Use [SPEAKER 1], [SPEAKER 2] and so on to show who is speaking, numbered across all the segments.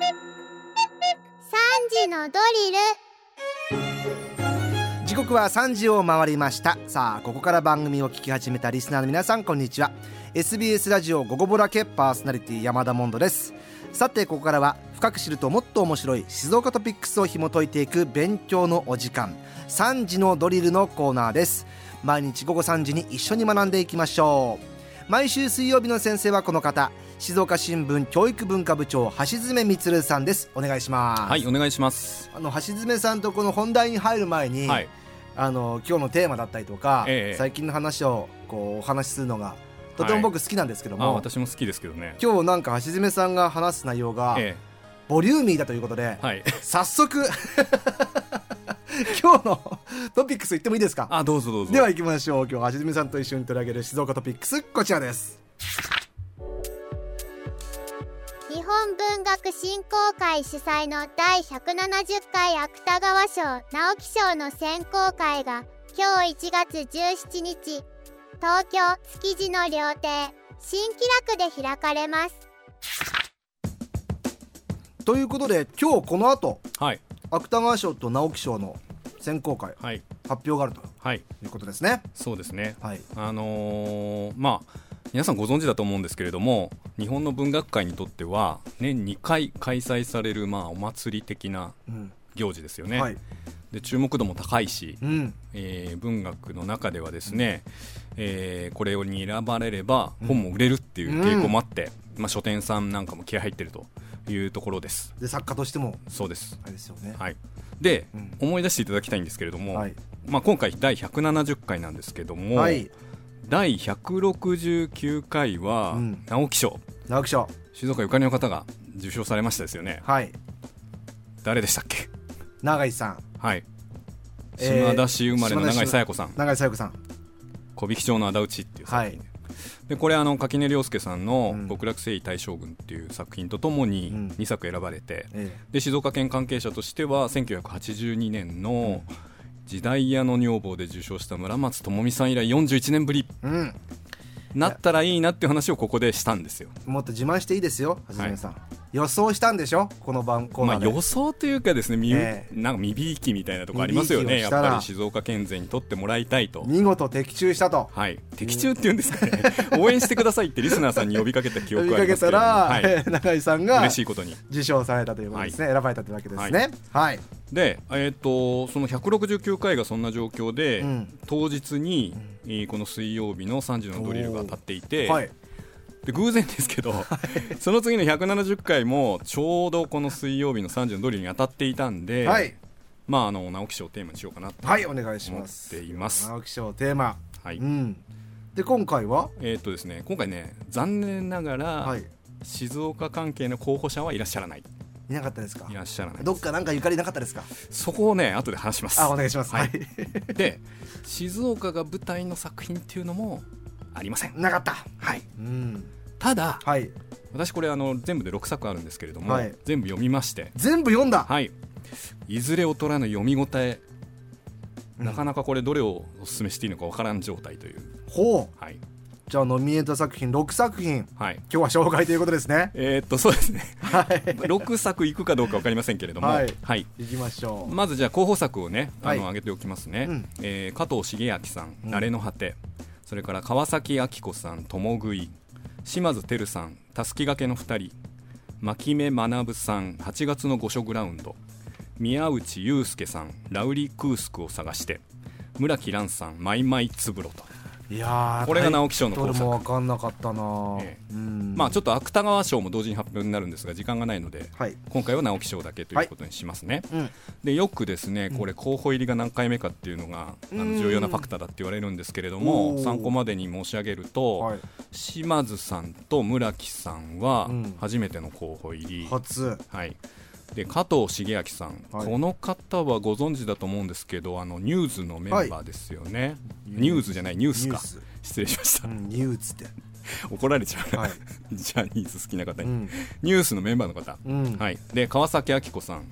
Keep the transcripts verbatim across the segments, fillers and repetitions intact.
[SPEAKER 1] 時のドリル。
[SPEAKER 2] 時刻はさんじを回りました。さあここから番組を聞き始めたリスナーの皆さん、こんにちは。 エスビーエス ラジオ午後ぼらけパーソナリティ山田モンドです。さてここからは深く知るともっと面白い静岡トピックスを紐解いていく勉強のお時間、さんじのドリルのコーナーです。毎日午後さんじに一緒に学んでいきましょう。毎週水曜日の先生はこの方、静岡新聞教育文化部長橋爪充さんです。お願いします。
[SPEAKER 3] はい、お願いします。
[SPEAKER 2] あの橋爪さんとこの本題に入る前に、はい、あの今日のテーマだったりとか、ええ、最近の話をこうお話しするのがとても僕好きなんですけども、はい、
[SPEAKER 3] あ、私も好きですけどね。
[SPEAKER 2] 今日なんか橋爪さんが話す内容が、ええ、ボリューミーだということで、はい、早速今日のトピックスいってもいいですか？
[SPEAKER 3] あ、どうぞどうぞ。
[SPEAKER 2] では行きましょう。今日橋爪さんと一緒に取り上げる静岡トピックス、こちらです。
[SPEAKER 1] 日本文学振興会主催のだいひゃくななじゅっかい芥川賞・直木賞の選考会が今日いちがつじゅうしちにち、東京築地の料亭新喜楽で開かれます。
[SPEAKER 2] ということで今日この後、
[SPEAKER 3] はい、
[SPEAKER 2] 芥川賞と直木賞の選考会、はい、発表があると、はい、いうことですね。
[SPEAKER 3] そうですね、はい、あのー、まあ皆さんご存知だと思うんですけれども、日本の文学界にとっては年にかい開催される、まあ、お祭り的な行事ですよね、うん、はい、で注目度も高いし、うん、えー、文学の中ではですね、うん、えー、これに選ばれれば本も売れるっていう傾向もあって、うん、まあ、書店さんなんかも気合入ってるというところです。
[SPEAKER 2] で作家としても
[SPEAKER 3] そうです。
[SPEAKER 2] あれですよね、
[SPEAKER 3] はい、で、うん、思い出していただきたいんですけれども、はい、まあ、今回だいひゃくななじゅっかいなんですけども、はい、だいひゃくろくじゅうきゅうかいは、うん、直木賞、
[SPEAKER 2] 直木賞、
[SPEAKER 3] 静岡ゆかりの方が受賞されましたですよね。はい、誰でしたっけ？
[SPEAKER 2] 永井さん、はい、
[SPEAKER 3] 島田市生まれの永井紗耶子さん、
[SPEAKER 2] 永井紗耶子さん、
[SPEAKER 3] 小引町の仇討ちっていう作品で、はい、でこれあの垣根涼介さんの極楽征夷大将軍っていう作品とともににさく選ばれて、うん、で静岡県関係者としてはせんきゅうひゃくはちじゅうにねんの時代屋の女房で受賞した村松智美さん以来よんじゅういちねんぶり、うん、なったらいいなっていう話をここでしたんですよ。
[SPEAKER 2] もっと自慢していいですよ、はじめさん、はい、予想したんでしょこの番コーナーで、
[SPEAKER 3] まあ、予想というかですね、えー、なんか未びいきみたいなところありますよね。やっぱり静岡県勢に取ってもらいたいと、
[SPEAKER 2] 見事的中したと、
[SPEAKER 3] はい、的中っていうんですかね応援してくださいってリスナーさんに呼びかけた記憶がありますけど、
[SPEAKER 2] 呼びかけたら、はい、永井さんが
[SPEAKER 3] 嬉しいことに受
[SPEAKER 2] 賞されたということですね、はい、選ばれたというわけですね、はいはい、
[SPEAKER 3] で、えー、とそのひゃくろくじゅうきゅうかいがそんな状況で、うん、当日に、うん、この水曜日のさんじのドリルが当たっていて、はい、で偶然ですけど、はい、その次のひゃくななじゅっかいもちょうどこの水曜日のさんじのドリルに当たっていたんで、はい、まあ、あの直木賞をテーマにしようかなと思っています。はい、お願いします。
[SPEAKER 2] 直木賞テーマ、はい、うん、で今回は、
[SPEAKER 3] えーっとですね、今回ね、残念ながら、はい、静岡関係の候補者はいらっしゃらない。
[SPEAKER 2] いなかったですか？
[SPEAKER 3] いらっしゃらない。
[SPEAKER 2] どっかなんかゆかりなかったですか？
[SPEAKER 3] そこをね後で話します。
[SPEAKER 2] あ、お願いします。
[SPEAKER 3] はい、で静岡が舞台の作品っていうのもありません。
[SPEAKER 2] なかった。
[SPEAKER 3] はい、うん、ただ、はい、私これあの全部でろくさくあるんですけれども、はい、全部読みまして、
[SPEAKER 2] 全部読んだ、
[SPEAKER 3] はい、いずれ劣らぬ読み応え、うん、なかなかこれどれをお勧めしていいのかわからん状態という。
[SPEAKER 2] ほう、はい、じゃあノミネート作品ろくさくひん、はい、今日は紹介ということですね。
[SPEAKER 3] えー、っとそうですね、はい、ろくさくいくかどうか分かりませんけれども、はい、はい、
[SPEAKER 2] いきましょう。
[SPEAKER 3] まずじゃあ候補作をね、あの、はい、挙げておきますね、うん、えー、加藤茂明さん、慣れの果て、それから川崎明子さん、共食い、島津照さん、たすきがけのふたり、牧目学さん、はちがつの御所グラウンド、宮内祐介さん、ラウリ・クースクを探して、村木蘭さん、マイマイつぶろと。
[SPEAKER 2] いや
[SPEAKER 3] これが直木賞の候補作。
[SPEAKER 2] も分かんなかったな、ええ、うん、
[SPEAKER 3] まあ、ちょっと芥川賞も同時に発表になるんですが時間がないので、はい、今回は直木賞だけということにしますね、はい、うん、でよくですねこれ候補入りが何回目かっていうのが、うん、あの重要なファクターだって言われるんですけれども、参考までに申し上げると、はい、島津さんと村木さんは初めての候補入り、うん、
[SPEAKER 2] 初、はい、
[SPEAKER 3] で加藤茂明さん、はい、この方はご存知だと思うんですけど、あのニューズのメンバーですよね、はい、ニューズじゃないニュースか、失礼しました、うん、
[SPEAKER 2] ニューズって
[SPEAKER 3] 怒られちゃう、はい、ジャニーズ好きな方に、うん、ニュースのメンバーの方、うん、はい、で川崎明子さん、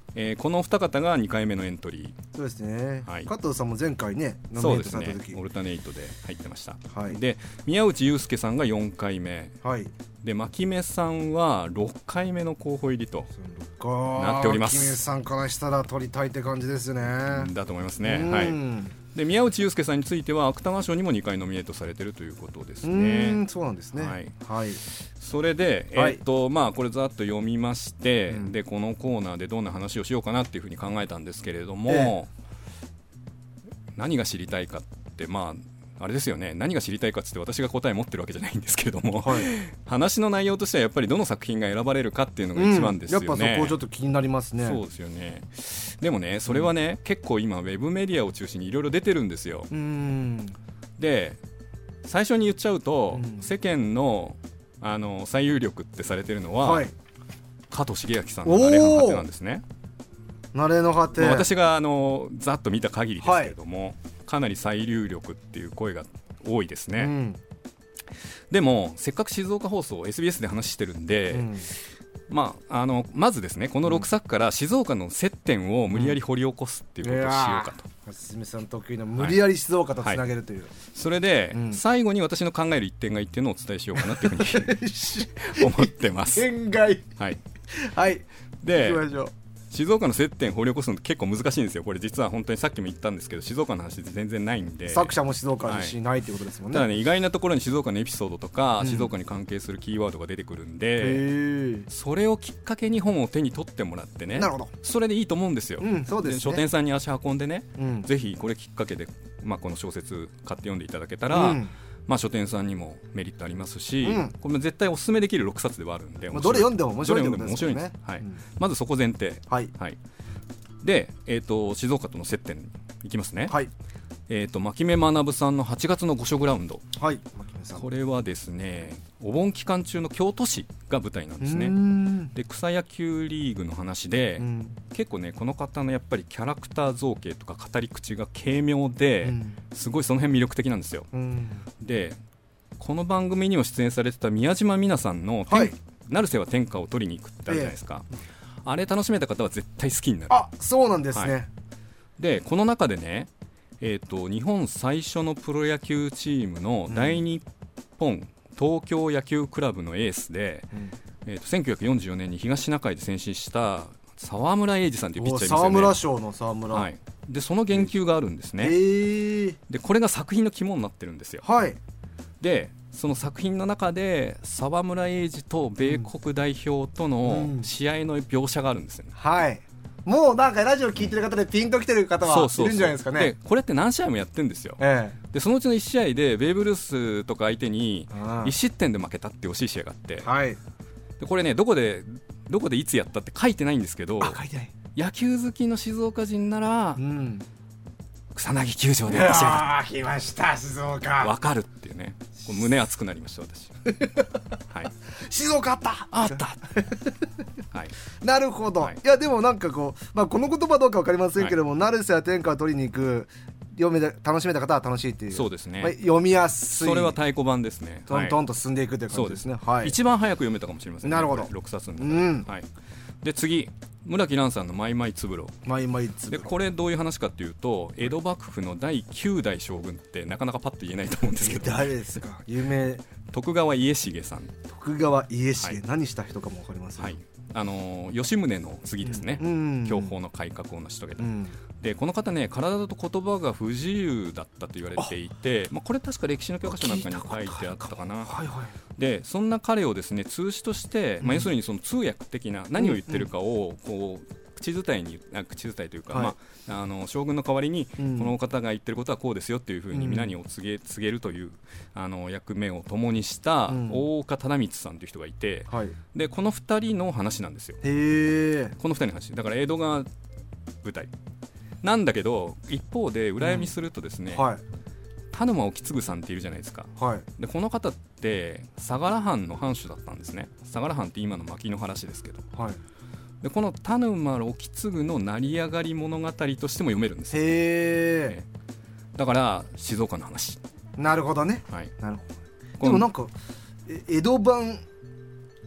[SPEAKER 3] えー、この二方がにかいめのエントリ
[SPEAKER 2] ー。そうですね、はい、加藤さんも前回ねノ
[SPEAKER 3] そ
[SPEAKER 2] ミネートされた時、
[SPEAKER 3] うですね、オルタネイトで入ってました、
[SPEAKER 2] はい、
[SPEAKER 3] で宮内悠介さんがよんかいめ、はい、で牧目さんはろっかいめの候補入りとなっております。
[SPEAKER 2] 牧目さんからしたら取りたいって感じですね。
[SPEAKER 3] だと思いますね、はい、で宮内悠介さんについては芥川賞にもにかいノミネートされているということですね。
[SPEAKER 2] うん、そうなんですね、
[SPEAKER 3] はい
[SPEAKER 2] はい、
[SPEAKER 3] それで、えーっとまあ、これざっと読みまして、うん、でこのコーナーでどんな話をしようかなっていうふうに考えたんですけれども、ええ、何が知りたいかってまああれですよね、何が知りたいかって私が答え持ってるわけじゃないんですけれども、はい、話の内容としてはやっぱりどの作品が選ばれるかっていうのが一番ですよね、
[SPEAKER 2] うん、やっぱそこちょっと気になりますね。
[SPEAKER 3] そうですよね。でもねそれはね、うん、結構今ウェブメディアを中心にいろいろ出てるんですよ。うんで最初に言っちゃうと、うん、世間の、あの最有力ってされてるのは、はい、加藤茂明さんの慣れの果てなんですね。
[SPEAKER 2] 慣れの果て、
[SPEAKER 3] まあ、私があのざっと見た限りですけれども、はい、かなり最有力っていう声が多いですね、うん、でもせっかく静岡放送 エスビーエス で話してるんで、うん、まあ、あのまずですねこのろくさくから静岡の接点を無理やり掘り起こすっていうことをしようかと、
[SPEAKER 2] はちみさん得意な無理やり静岡とつなげるという、はいはい、
[SPEAKER 3] それで、うん、最後に私の考える一点が一点のをお伝えしようかなというふうに思ってます
[SPEAKER 2] 見解、
[SPEAKER 3] はい、
[SPEAKER 2] はい、
[SPEAKER 3] で
[SPEAKER 2] 行きましょう。
[SPEAKER 3] 静岡の接点掘り起こすのって結構難しいんですよ。これ実は本当にさっきも言ったんですけど静岡の話って全然ないんで、
[SPEAKER 2] 作者も静岡にしないってことですもんね、
[SPEAKER 3] はい、ただね意外なところに静岡のエピソードとか、うん、静岡に関係するキーワードが出てくるんで、それをきっかけに本を手に取ってもらってね、
[SPEAKER 2] なるほど、
[SPEAKER 3] それでいいと思うんですよ、
[SPEAKER 2] うん、そうですね、
[SPEAKER 3] で書店さんに足運んでね、うん、ぜひこれきっかけで、まあ、この小説買って読んでいただけたら、うん、まあ、書店さんにもメリットありますし、うん、これ絶対おすすめできるろくさつではあるんで、
[SPEAKER 2] まあ、どれ読んでも面白いってことですよね。
[SPEAKER 3] どれ読んでも面白いんです、はい、うん、まずそこ前提、はいはい、で、えー、と静岡との接点いきますね、はい、えー、と牧目学さんのはちがつの御所グラウンド、はい、これはですねお盆期間中の京都市が舞台なんですね。で草野球リーグの話で、うん、結構ねこの方のやっぱりキャラクター造形とか語り口が軽妙で、うん、すごいその辺魅力的なんですよ、うん、でこの番組にも出演されてた宮島美奈さんの、はい、成瀬は天下を取りに行くってあるじゃないですか、ええ、あれ楽しめた方は絶対好きになる。
[SPEAKER 2] あ、そうなんですね、はい、
[SPEAKER 3] でこの中でね、えーと、日本最初のプロ野球チームの大日本東京野球クラブのエースで、うん、えーと、せんきゅうひゃくよんじゅうよねんに東シナ海で戦死した沢村栄治さんというピッチャーいますよね。
[SPEAKER 2] 沢村賞の沢村、
[SPEAKER 3] はい、でその言及があるんですね、えー、でこれが作品の肝になってるんですよ、
[SPEAKER 2] はい、
[SPEAKER 3] でその作品の中で沢村栄治と米国代表との試合の描写があるんですよね、
[SPEAKER 2] うんうん、はい、もうなんかラジオ聞いてる方でピンときてる方はいるんじゃないですかね。
[SPEAKER 3] そうそうそう、でこれって何試合もやってるんですよ、ええ、でそのうちのいち試合でベーブ・ルースとか相手にいち失点で負けたって惜しい試合があって、はい、でこれねどこでどこでいつやったって書いてないんですけど、
[SPEAKER 2] あ、書いてない、
[SPEAKER 3] 野球好きの静岡人なら、うん、草薙球場でやった試合だ、
[SPEAKER 2] あ、来ました静岡、
[SPEAKER 3] 分かるっていうね、胸熱くなりました私はい、
[SPEAKER 2] 静岡あった
[SPEAKER 3] あったはい、
[SPEAKER 2] なるほど、はい、いやでもなんかこう、まあ、この言葉どうか分かりませんけども、はい、成瀬や天下を取りに行く読め楽しめた方は楽しいっていう、
[SPEAKER 3] そうですね、
[SPEAKER 2] まあ、読みやすい、
[SPEAKER 3] それは太鼓判ですね、
[SPEAKER 2] トントンと進んでいくという感じですね、
[SPEAKER 3] はい、一番早く読めたかもしれませんね。
[SPEAKER 2] なるほど、
[SPEAKER 3] ろくさつの中で、うん、はい、で次村木蘭さんのマイマイつぶろ
[SPEAKER 2] マイマイつぶろ、
[SPEAKER 3] でこれどういう話かっていうと、江戸幕府のだいきゅうだい将軍ってなかなかパッと言えないと思うんですけど
[SPEAKER 2] 誰ですか、有名、
[SPEAKER 3] 徳川家重さん。
[SPEAKER 2] 徳川家重、はい、何した人かも分かります、
[SPEAKER 3] はい、あの吉宗の次ですね、うん、享保の改革を成し遂げた、うん、でこの方ね体と言葉が不自由だったと言われていて、まあ、これ確か歴史の教科書なんかに書いてあったかな、はいはい、でそんな彼をですね通詞として、まあ、要するにその通訳的な何を言ってるかをこう口伝いに口伝いというか、はい、まあ、あの将軍の代わりにこの方が言ってることはこうですよっていうふうに皆にお告げ、告げるというあの役目を共にした大岡忠光さんという人がいて、はい、でこのふたりの話なんですよ。へこのふたりの話だから江戸が舞台なんだけど、一方で裏読みするとですね、うん、はい、田沼意次さんっているじゃないですか、はい、でこの方って相良藩の藩主だったんですね。相良藩って今の牧之原市ですけど、はい、でこの田沼意次の成り上がり物語としても読めるんですよ。へー、だから静岡の話。
[SPEAKER 2] なるほどね、はい、なるほど。でもなんか江戸版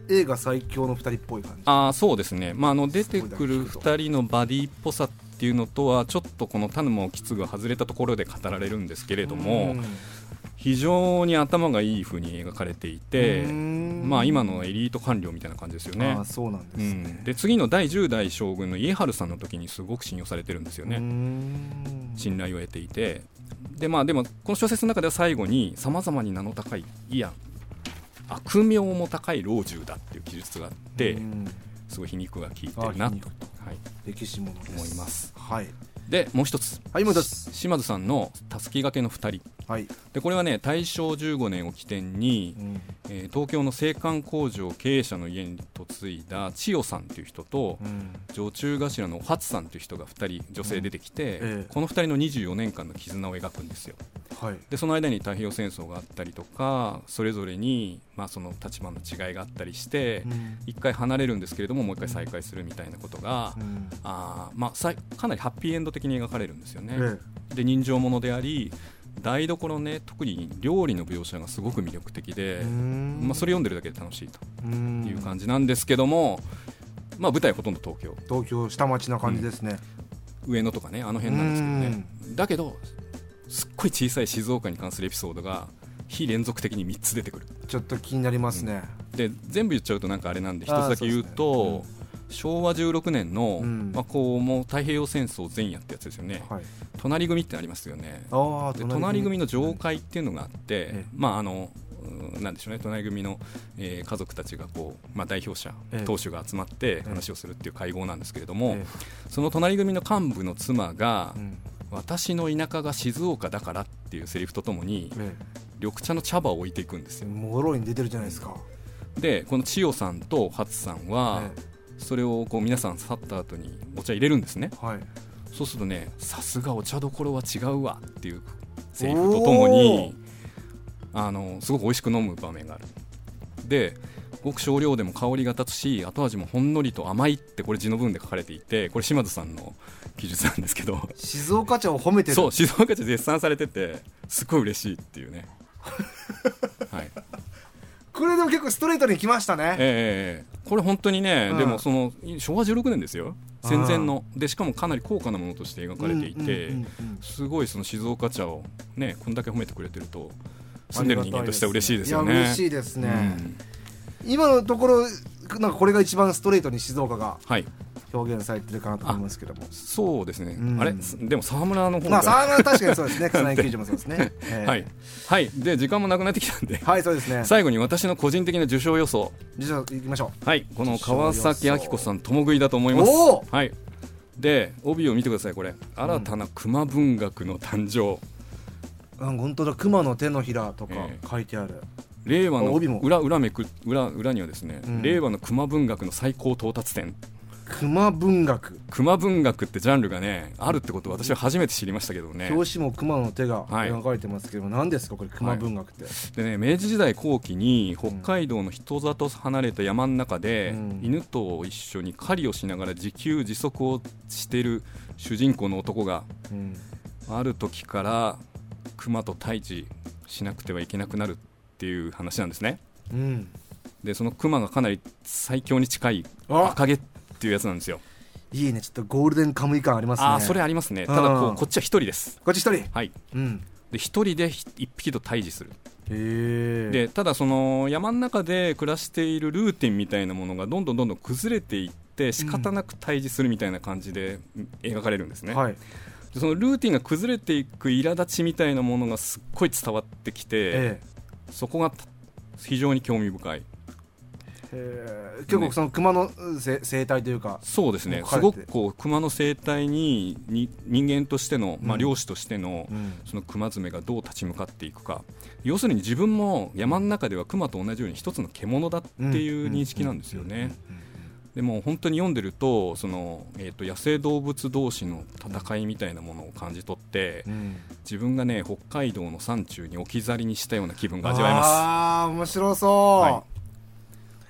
[SPEAKER 2] 映画最強のふたりっぽい感じ。
[SPEAKER 3] あそうですね、まあ、あの出てくるふたりのバディっぽさっていうのとはちょっとこの田沼意次が外れたところで語られるんですけれども、非常に頭がいい風に描かれていて、まあ、今のエリート官僚みたいな感じですよね。
[SPEAKER 2] あそうなんですね、
[SPEAKER 3] うん、で次のだいじゅう代将軍の家治さんの時にすごく信用されてるんですよね。信頼を得ていて、で、まあ、でもこの小説の中では最後にさまざまに名の高いいや悪名も高い老中だっていう記述があって、すごい皮肉が効いてるなと、はい、
[SPEAKER 2] 歴史ものです
[SPEAKER 3] 思います。
[SPEAKER 2] はい、
[SPEAKER 3] でもう一つ、
[SPEAKER 2] はい、もう一つ
[SPEAKER 3] 島津さんのたすき掛けのふたり、はい、でこれはね大正じゅうごねんを起点に、うんえー、東京の製缶工場経営者の家に嫁いだ千代さんという人と、うん、女中頭のお初さんという人がふたり女性出てきて、うんええ、このふたりのにじゅうよねんかんの絆を描くんですよ。はい、でその間に太平洋戦争があったりとか、それぞれに、まあ、その立場の違いがあったりして、うん、一回離れるんですけれどももう一回再会するみたいなことが、うんあまあ、さかなりハッピーエンド的に描かれるんですよね。ええ、で人情ものであり台所ね、特に料理の描写がすごく魅力的で、まあ、それ読んでるだけで楽しいという感じなんですけども、まあ、舞台はほとんど東京
[SPEAKER 2] 東京下町な感じですね、
[SPEAKER 3] うん、上野とかねあの辺なんですけどね。だけどすっごい小さい静岡に関するエピソードが非連続的にみっつ出てくる。
[SPEAKER 2] ちょっと気になりますね、
[SPEAKER 3] うん、で全部言っちゃうとなんかあれなんで一つだけ言うと、しょうわじゅうろくねんの、うんまあ、こうもう太平洋戦争前夜ってやつですよね、はい、隣組ってありますよね。あで隣組の上会っていうのがあって、ええまああのなんでしょうね、隣組の、えー、家族たちがこう、まあ、代表者、ええ、当主が集まって話をするっていう会合なんですけれども、ええ、その隣組の幹部の妻が、うん、私の田舎が静岡だからっていうセリフとともに、ええ、緑茶の茶葉を置いていくんですよ。
[SPEAKER 2] もろに出てるじゃないですか。
[SPEAKER 3] でこの千代さんと初さんは、ええそれをこう皆さん去った後にお茶入れるんですね、はい、そうするとねさすがお茶どころは違うわっていうセリフとともにあのすごく美味しく飲む場面がある。でごく少量でも香りが立つし後味もほんのりと甘いってこれ字の文で書かれていて、これ島津さんの記述なんですけど
[SPEAKER 2] 静岡茶を褒めてる。
[SPEAKER 3] そう静岡茶絶賛されててすごい嬉しいっていうねはい
[SPEAKER 2] これでも結構ストレートに来ましたね。
[SPEAKER 3] えー、これ本当にね、うん、でもそのしょうわじゅうろくねんですよ、戦前のでしかもかなり高価なものとして描かれていて、うんうんうんうん、すごいその静岡茶をねこんだけ褒めてくれてると住んでる人間としては嬉しいですよね。
[SPEAKER 2] いや嬉しいですね、うん、今のところなんかこれが一番ストレートに静岡が表現されてるかなと思いますけども、はい、
[SPEAKER 3] そうですね、うん、あれでも沢村の方が、
[SPEAKER 2] まあ、沢村は確かにそうですね草薙球児もそうですね、えー、
[SPEAKER 3] はい、はい、で時間もなくなってきたんで、
[SPEAKER 2] はい、そうですね、
[SPEAKER 3] 最後に私の個人的な受賞予想
[SPEAKER 2] 受賞いきましょう。
[SPEAKER 3] はい、この川崎明子さん共食いだと思います。
[SPEAKER 2] お、
[SPEAKER 3] はい、で帯を見てください。これ新たな熊文学の誕生、
[SPEAKER 2] うん、本当だ熊の手のひらとか書いてある、
[SPEAKER 3] えー、令和の 裏, 裏, めく 裏, 裏にはですね、うん、令和の熊文学の最高到達点。
[SPEAKER 2] 熊文学
[SPEAKER 3] 熊文学ってジャンルがねあるってことを私は初めて知りましたけどね。
[SPEAKER 2] 表紙も熊の手が描かれてますけども、はい、何ですかこれ熊文学って、はい、
[SPEAKER 3] でね、明治時代後期に北海道の人里離れた山の中で、うん、犬と一緒に狩りをしながら自給自足をしている主人公の男が、うん、ある時から熊と対峙しなくてはいけなくなるっていう話なんですね、うん、でその熊がかなり最強に近い赤毛っていうやつなんですよ。
[SPEAKER 2] いいね、ちょっとゴールデンカムイ感ありますね。
[SPEAKER 3] あ、それありますね。ただこうこっちは一人です。
[SPEAKER 2] こっち一人、
[SPEAKER 3] はい、うん、で一人で一匹と対峙する。へでただその山の中で暮らしているルーティンみたいなものがどんどんどんどん崩れていって仕方なく対峙するみたいな感じで描かれるんですね、うん、はい、でそのルーティンが崩れていく苛立ちみたいなものがすっごい伝わってきて、ええ、そこが非常に興味深い。
[SPEAKER 2] 結構その熊の生態というか、
[SPEAKER 3] そうですね、すごくこう熊の生態 に, に人間としての、まあ、漁師としての、うん、その熊爪がどう立ち向かっていくか、要するに自分も山の中では熊と同じように一つの獣だっていう認識なんですよね。でも本当に読んでるとその、えー、と野生動物同士の戦いみたいなものを感じ取って、うん、自分がね北海道の山中に置き去りにしたような気分が味わえます。
[SPEAKER 2] あー面白そう、はい、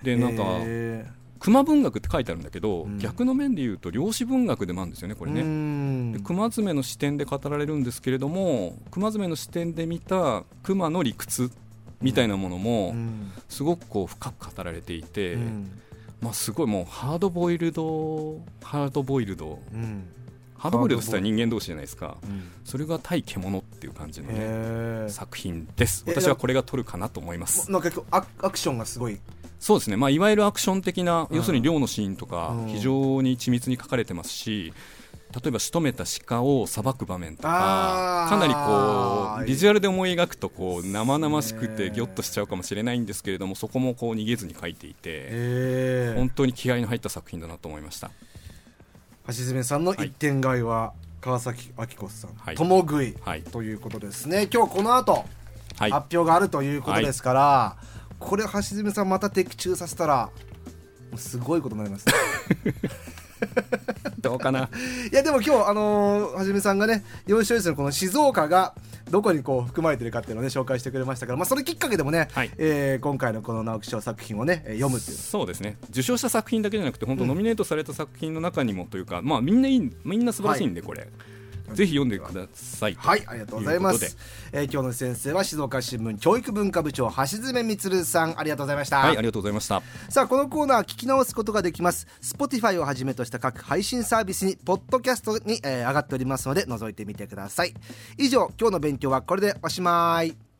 [SPEAKER 3] でなんか熊文学って書いてあるんだけど、うん、逆の面で言うと漁師文学でもあるんですよねこれね。で熊爪の視点で語られるんですけれども、熊爪の視点で見た熊の理屈みたいなものもすごくこう深く語られていて、うんまあ、すごいもうハードボイルドハードボイルド、うん、ハードボイルドって言ったら人間同士じゃないですか、うん、それが対獣っていう感じの、ね、作品です。私はこれが撮るかなと思います。
[SPEAKER 2] なんかアクションがすごい。
[SPEAKER 3] そうですね、まあ、いわゆるアクション的な、うん、要するに猟のシーンとか非常に緻密に描かれてますし、例えば仕留めた鹿をさばく場面とかかなりこうビジュアルで思い描くとこう生々しくてギョッとしちゃうかもしれないんですけれども、そこもこう逃げずに描いていて本当に気合いの入った作品だなと思いました。
[SPEAKER 2] 橋爪さんの一点買いは、はい、川崎明子さん共食い、はい、ということですね。今日この後、はい、発表があるということですから、はい、これ橋爪さんまた的中させたらもうすごいことになります
[SPEAKER 3] どうかな。
[SPEAKER 2] いやでも今日あのー、はじめさんがねよんチョイスのこの静岡がどこにこう含まれているかっていうのをね紹介してくれましたから、まあ、それきっかけでもね、はいえー、今回のこの直木賞作品をね読むっていう。
[SPEAKER 3] そうですね、受賞した作品だけじゃなくて本当ノミネートされた作品の中にもというか、うんまあ、みんないいみんな素晴らしいんで、はい、これぜひ読んでください。
[SPEAKER 2] はい、ありがとうございます。えー、今日の先生は静岡新聞教育文化部長橋爪充さん、ありがとうございました。
[SPEAKER 3] はい、ありがとうございました。
[SPEAKER 2] さあこのコーナー聞き直すことができます。 Spotify をはじめとした各配信サービスにポッドキャストに、えー、上がっておりますので覗いてみてください。以上、今日の勉強はこれでおしまい。